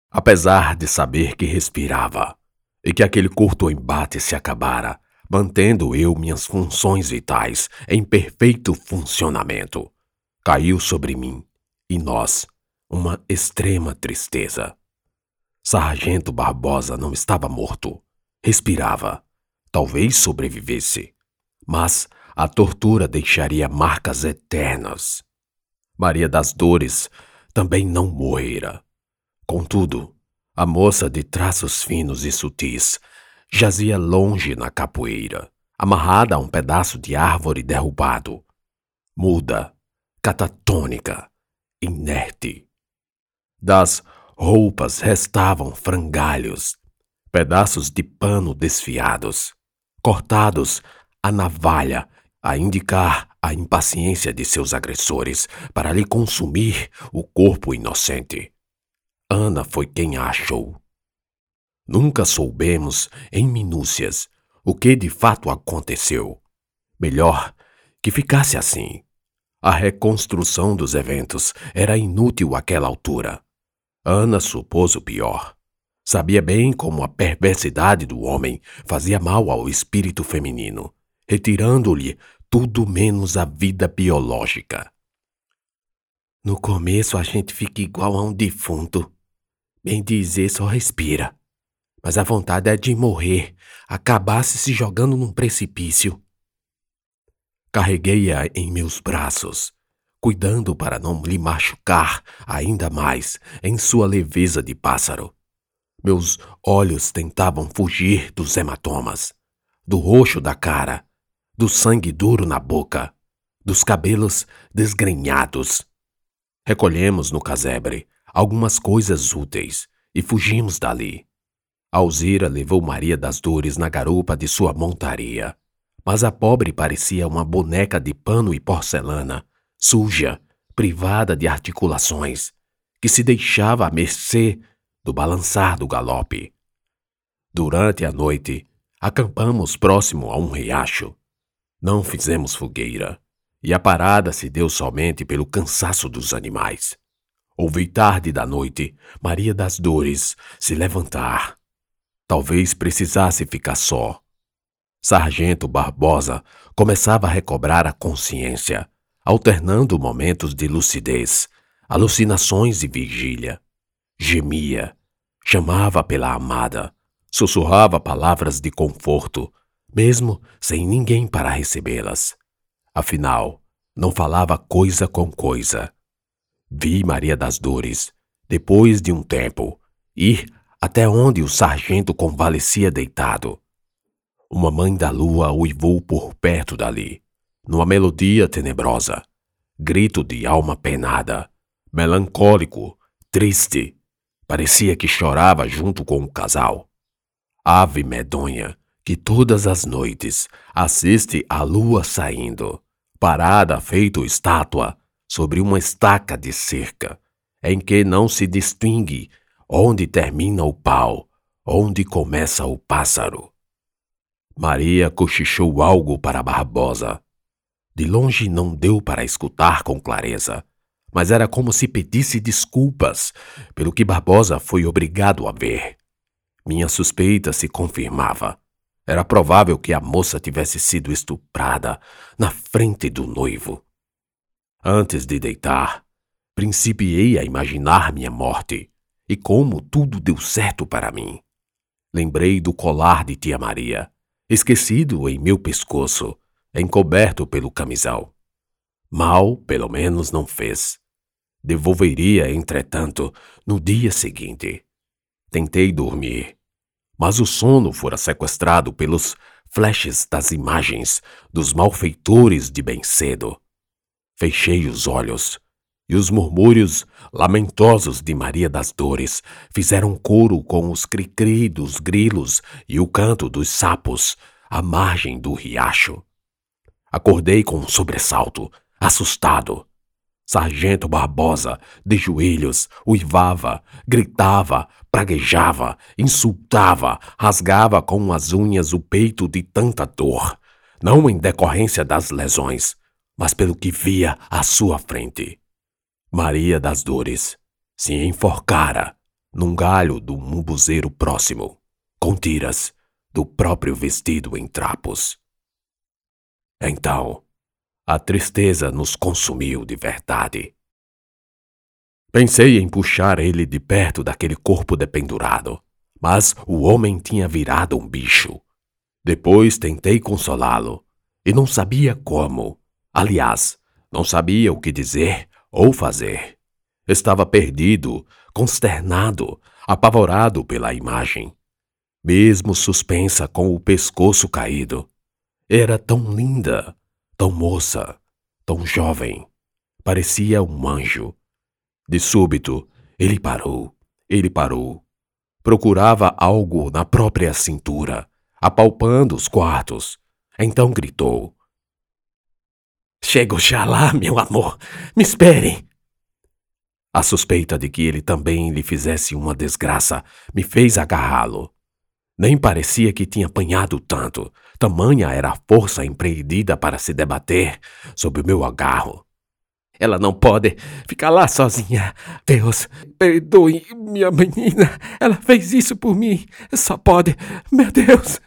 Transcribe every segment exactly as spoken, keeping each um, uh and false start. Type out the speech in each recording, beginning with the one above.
Apesar de saber que respirava e que aquele curto embate se acabara, mantendo eu minhas funções vitais em perfeito funcionamento, caiu sobre mim e nós uma extrema tristeza. Sargento Barbosa não estava morto. Respirava. Talvez sobrevivesse. Mas a tortura deixaria marcas eternas. Maria das Dores também não morrera. Contudo, a moça de traços finos e sutis jazia longe na capoeira, amarrada a um pedaço de árvore derrubado. Muda, catatônica, inerte. Das roupas restavam frangalhos, pedaços de pano desfiados, cortados a navalha a indicar a impaciência de seus agressores para lhe consumir o corpo inocente. Ana foi quem a achou. Nunca soubemos, em minúcias, o que de fato aconteceu. Melhor que ficasse assim. A reconstrução dos eventos era inútil àquela altura. Ana supôs o pior. Sabia bem como a perversidade do homem fazia mal ao espírito feminino, retirando-lhe tudo menos a vida biológica. No começo a gente fica igual a um defunto. Bem dizer, só respira. Mas a vontade é de morrer, acabasse se jogando num precipício. Carreguei-a em meus braços, cuidando para não lhe machucar ainda mais em sua leveza de pássaro. Meus olhos tentavam fugir dos hematomas, do roxo da cara, do sangue duro na boca, dos cabelos desgrenhados. Recolhemos no casebre algumas coisas úteis e fugimos dali. Alzira levou Maria das Dores na garupa de sua montaria, mas a pobre parecia uma boneca de pano e porcelana, suja, privada de articulações, que se deixava à mercê do balançar do galope. Durante a noite, acampamos próximo a um riacho. Não fizemos fogueira, e a parada se deu somente pelo cansaço dos animais. Ouvi tarde da noite Maria das Dores se levantar. Talvez precisasse ficar só. Sargento Barbosa começava a recobrar a consciência, alternando momentos de lucidez, alucinações e vigília. Gemia, chamava pela amada, sussurrava palavras de conforto, mesmo sem ninguém para recebê-las. Afinal, não falava coisa com coisa. Vi Maria das Dores, depois de um tempo, ir até onde o sargento convalescia deitado. Uma mãe da lua uivou por perto dali, numa melodia tenebrosa, grito de alma penada, melancólico, triste. Parecia que chorava junto com o casal. Ave medonha, que todas as noites assiste a lua saindo, parada feito estátua sobre uma estaca de cerca, em que não se distingue onde termina o pau, onde começa o pássaro. Maria cochichou algo para Barbosa. De longe não deu para escutar com clareza, mas era como se pedisse desculpas pelo que Barbosa foi obrigado a ver. Minha suspeita se confirmava. Era provável que a moça tivesse sido estuprada na frente do noivo. Antes de deitar, principiei a imaginar minha morte e como tudo deu certo para mim. Lembrei do colar de tia Maria, esquecido em meu pescoço, encoberto pelo camisal. Mal, pelo menos, não fez. Devolveria, entretanto, no dia seguinte. Tentei dormir, mas o sono fora sequestrado pelos flashes das imagens dos malfeitores de bem cedo. Fechei os olhos, e os murmúrios lamentosos de Maria das Dores fizeram coro com os cri-cri dos grilos e o canto dos sapos à margem do riacho. Acordei com um sobressalto, assustado. Sargento Barbosa, de joelhos, uivava, gritava, praguejava, insultava, rasgava com as unhas o peito de tanta dor, não em decorrência das lesões, mas pelo que via à sua frente. Maria das Dores se enforcara, num galho do umbuzeiro próximo, com tiras do próprio vestido em trapos. Então, a tristeza nos consumiu de verdade. Pensei em puxar ele de perto daquele corpo dependurado, mas o homem tinha virado um bicho. Depois tentei consolá-lo, e não sabia como. Aliás, não sabia o que dizer ou fazer. Estava perdido, consternado, apavorado pela imagem. Mesmo suspensa com o pescoço caído. Era tão linda, tão moça, tão jovem. Parecia um anjo. De súbito, ele parou, ele parou. Procurava algo na própria cintura, apalpando os quartos. Então gritou: "Chego já lá, meu amor! Me espere!" A suspeita de que ele também lhe fizesse uma desgraça me fez agarrá-lo. Nem parecia que tinha apanhado tanto, tamanha era a força empreendida para se debater sob o meu agarro. "Ela não pode ficar lá sozinha. Deus, perdoe minha menina. Ela fez isso por mim. Só pode, meu Deus."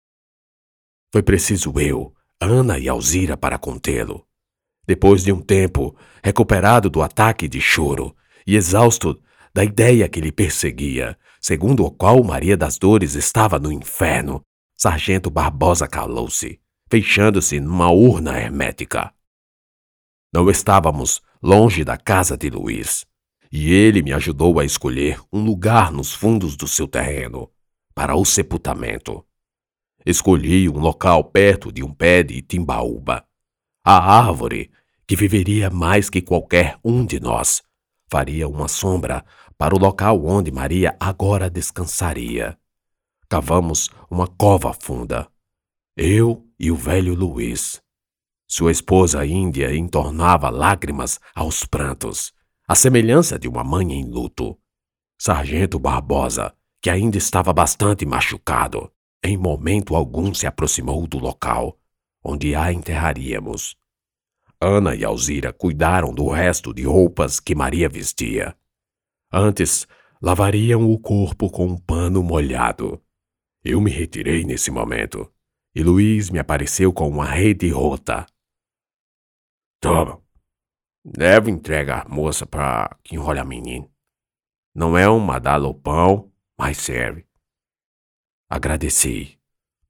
Foi preciso eu, Ana e Alzira para contê-lo. Depois de um tempo, recuperado do ataque de choro e exausto da ideia que lhe perseguia, segundo o qual Maria das Dores estava no inferno, Sargento Barbosa calou-se, fechando-se numa urna hermética. Não estávamos longe da casa de Luís, e ele me ajudou a escolher um lugar nos fundos do seu terreno para o sepultamento. Escolhi um local perto de um pé de timbaúba. A árvore, que viveria mais que qualquer um de nós, faria uma sombra para o local onde Maria agora descansaria. Cavamos uma cova funda, eu e o velho Luís. Sua esposa índia entornava lágrimas aos prantos, à semelhança de uma mãe em luto. Sargento Barbosa, que ainda estava bastante machucado, em momento algum se aproximou do local onde a enterraríamos. Ana e Alzira cuidaram do resto de roupas que Maria vestia. Antes, lavariam o corpo com um pano molhado. Eu me retirei nesse momento, e Luís me apareceu com uma rede rota. "Toma, leva e entrega a moça para que enrole a menina. Não é um madalopão, mas serve." Agradeci.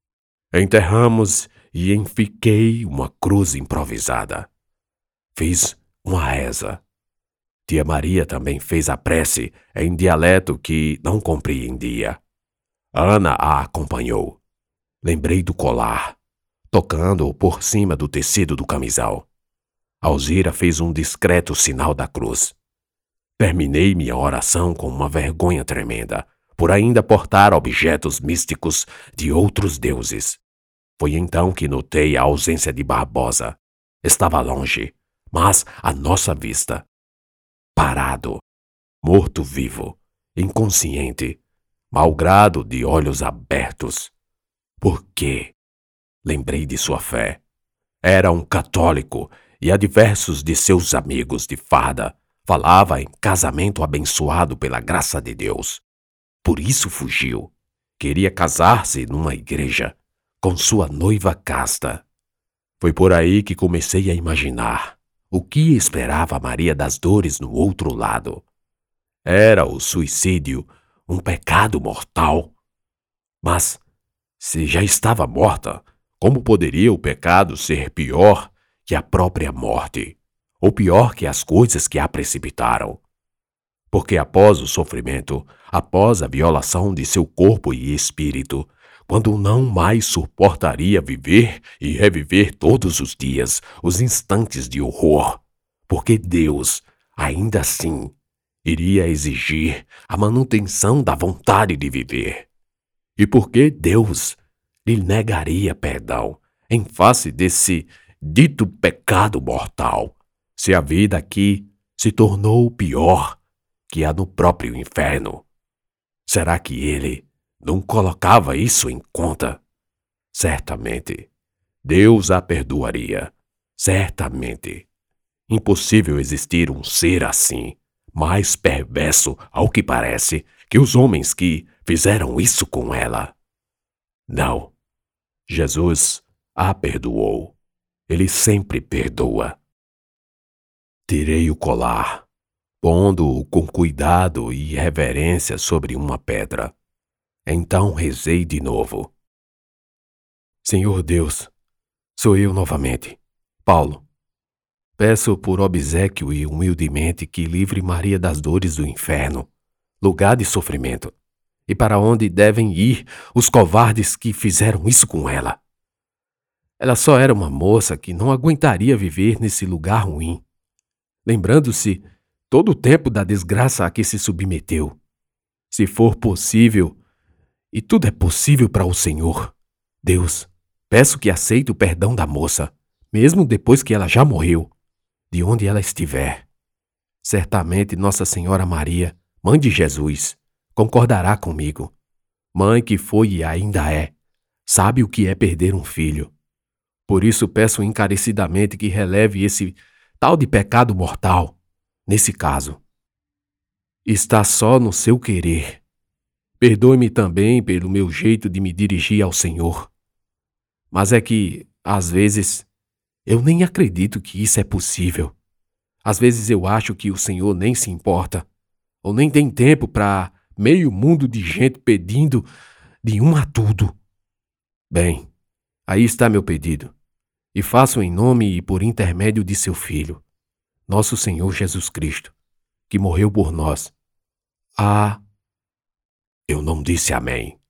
Enterramos e enfiquei uma cruz improvisada. Fiz uma reza. Tia Maria também fez a prece em dialeto que não compreendia. Ana a acompanhou. Lembrei do colar, tocando-o por cima do tecido do camisal. Alzira fez um discreto sinal da cruz. Terminei minha oração com uma vergonha tremenda, por ainda portar objetos místicos de outros deuses. Foi então que notei a ausência de Barbosa. Estava longe, mas à nossa vista. Parado, morto-vivo, inconsciente, malgrado de olhos abertos. Por quê? Lembrei de sua fé. Era um católico e a diversos de seus amigos de farda falava em casamento abençoado pela graça de Deus. Por isso fugiu. Queria casar-se numa igreja com sua noiva casta. Foi por aí que comecei a imaginar o que esperava Maria das Dores no outro lado. Era o suicídio um pecado mortal? Mas, se já estava morta, como poderia o pecado ser pior que a própria morte? Ou pior que as coisas que a precipitaram? Porque após o sofrimento, após a violação de seu corpo e espírito, quando não mais suportaria viver e reviver todos os dias os instantes de horror, porque Deus, ainda assim, iria exigir a manutenção da vontade de viver. E porque Deus lhe negaria perdão em face desse dito pecado mortal, se a vida aqui se tornou pior que a no próprio inferno. Será que ele não colocava isso em conta? Certamente. Deus a perdoaria. Certamente. Impossível existir um ser assim, mais perverso, ao que parece, que os homens que fizeram isso com ela. Não, Jesus a perdoou. Ele sempre perdoa. Tirei o colar, pondo-o com cuidado e reverência sobre uma pedra. Então rezei de novo. Senhor Deus, sou eu novamente, Paulo. Peço por obséquio e humildemente que livre Maria das dores do inferno, lugar de sofrimento, e para onde devem ir os covardes que fizeram isso com ela. Ela só era uma moça que não aguentaria viver nesse lugar ruim, lembrando-se todo o tempo da desgraça a que se submeteu. Se for possível, e tudo é possível para o Senhor, Deus, peço que aceite o perdão da moça, mesmo depois que ela já morreu, de onde ela estiver. Certamente Nossa Senhora Maria, Mãe de Jesus, concordará comigo. Mãe que foi e ainda é, sabe o que é perder um filho. Por isso peço encarecidamente que releve esse tal de pecado mortal, nesse caso. Está só no seu querer. Perdoe-me também pelo meu jeito de me dirigir ao Senhor. Mas é que, às vezes, eu nem acredito que isso é possível. Às vezes eu acho que o Senhor nem se importa, ou nem tem tempo para meio mundo de gente pedindo de um a tudo. Bem, aí está meu pedido, e faço em nome e por intermédio de seu Filho, nosso Senhor Jesus Cristo, que morreu por nós. Ah, eu não disse amém.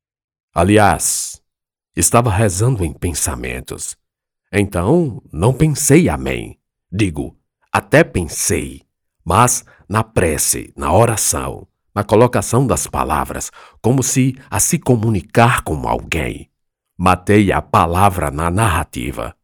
Aliás, estava rezando em pensamentos. Então, não pensei amém. Digo, até pensei, mas na prece, na oração, na colocação das palavras, como se a se comunicar com alguém. Matei a palavra na narrativa.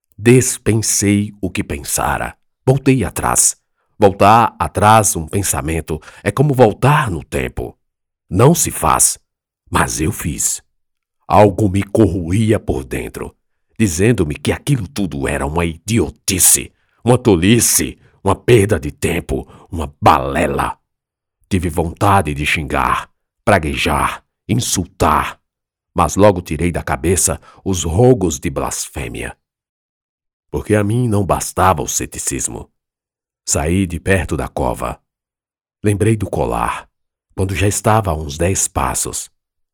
Despensei o que pensara. Voltei atrás. Voltar atrás um pensamento é como voltar no tempo. Não se faz, mas eu fiz. Algo me corroía por dentro, dizendo-me que aquilo tudo era uma idiotice, uma tolice, uma perda de tempo, uma balela. Tive vontade de xingar, praguejar, insultar, mas logo tirei da cabeça os rogos de blasfêmia. Porque a mim não bastava o ceticismo. Saí de perto da cova. Lembrei do colar, quando já estava a uns dez passos.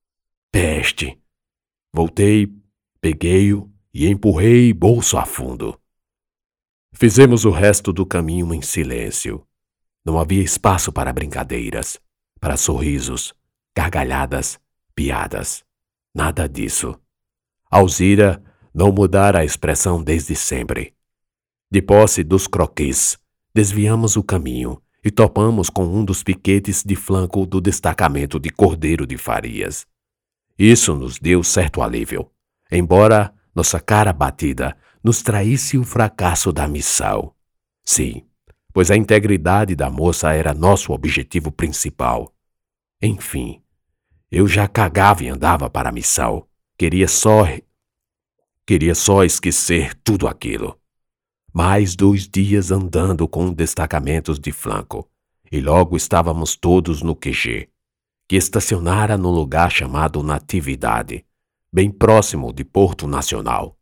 Peste! Voltei, peguei-o e empurrei bolso a fundo. Fizemos o resto do caminho em silêncio. Não havia espaço para brincadeiras, para sorrisos, gargalhadas, piadas. Nada disso. Alzira não mudara a expressão desde sempre. De posse dos croquis, desviamos o caminho e topamos com um dos piquetes de flanco do destacamento de Cordeiro de Farias. Isso nos deu certo alívio, embora nossa cara batida nos traísse o fracasso da missão. Sim, pois a integridade da moça era nosso objetivo principal. Enfim, eu já cagava e andava para a missão. Queria só... Queria só esquecer tudo aquilo. Mais dois dias andando com destacamentos de flanco, e logo estávamos todos no Q G, que estacionara no lugar chamado Natividade, bem próximo de Porto Nacional.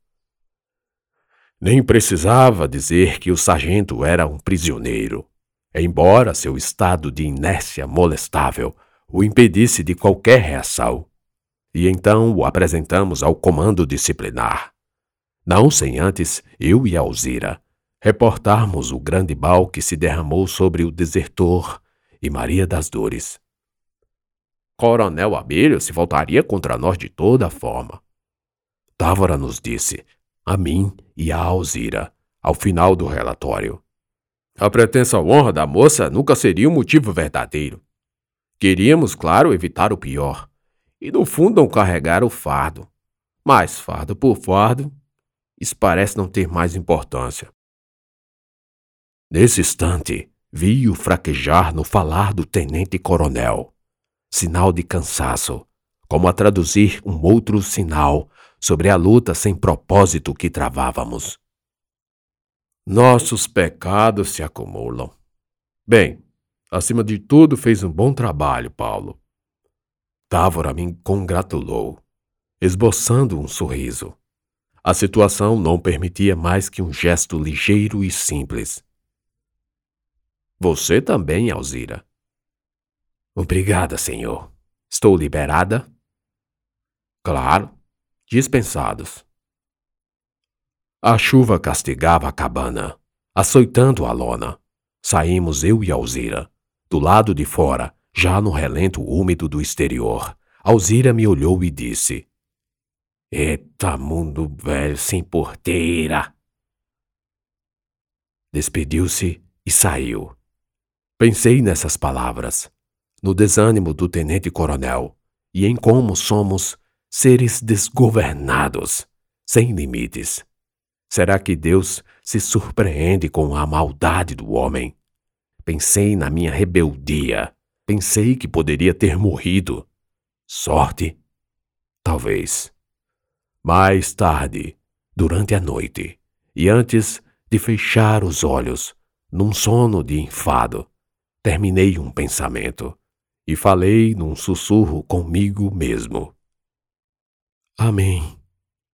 Nem precisava dizer que o sargento era um prisioneiro, embora seu estado de inércia molestável o impedisse de qualquer reação. E então o apresentamos ao comando disciplinar. Não sem antes, eu e Alzira, reportarmos o grande mal que se derramou sobre o desertor e Maria das Dores. Coronel Abelho se voltaria contra nós de toda forma. Távora nos disse, a mim e a Alzira, ao final do relatório. A pretensa honra da moça nunca seria um motivo verdadeiro. Queríamos, claro, evitar o pior, e no fundo não carregar o fardo. Mas fardo por fardo, isso parece não ter mais importância. Nesse instante, vi-o fraquejar no falar do tenente-coronel. Sinal de cansaço, como a traduzir um outro sinal sobre a luta sem propósito que travávamos. Nossos pecados se acumulam. Bem, Acima de tudo, fez um bom trabalho, Paulo. Távora me congratulou, esboçando um sorriso. A situação não permitia mais que um gesto ligeiro e simples. Você também, Alzira. Obrigada, senhor. Estou liberada? Claro, dispensados. A chuva castigava a cabana, açoitando a lona. Saímos eu e Alzira. Do lado de fora, já no relento úmido do exterior, Alzira me olhou e disse: Eita, mundo velho sem porteira! Despediu-se e saiu. Pensei nessas palavras, no desânimo do tenente-coronel e em como somos seres desgovernados, sem limites. Será que Deus se surpreende com a maldade do homem? Pensei na minha rebeldia. Pensei que poderia ter morrido. Sorte? Talvez. Mais tarde, durante a noite, e antes de fechar os olhos, num sono de enfado, terminei um pensamento e falei num sussurro comigo mesmo. Amém.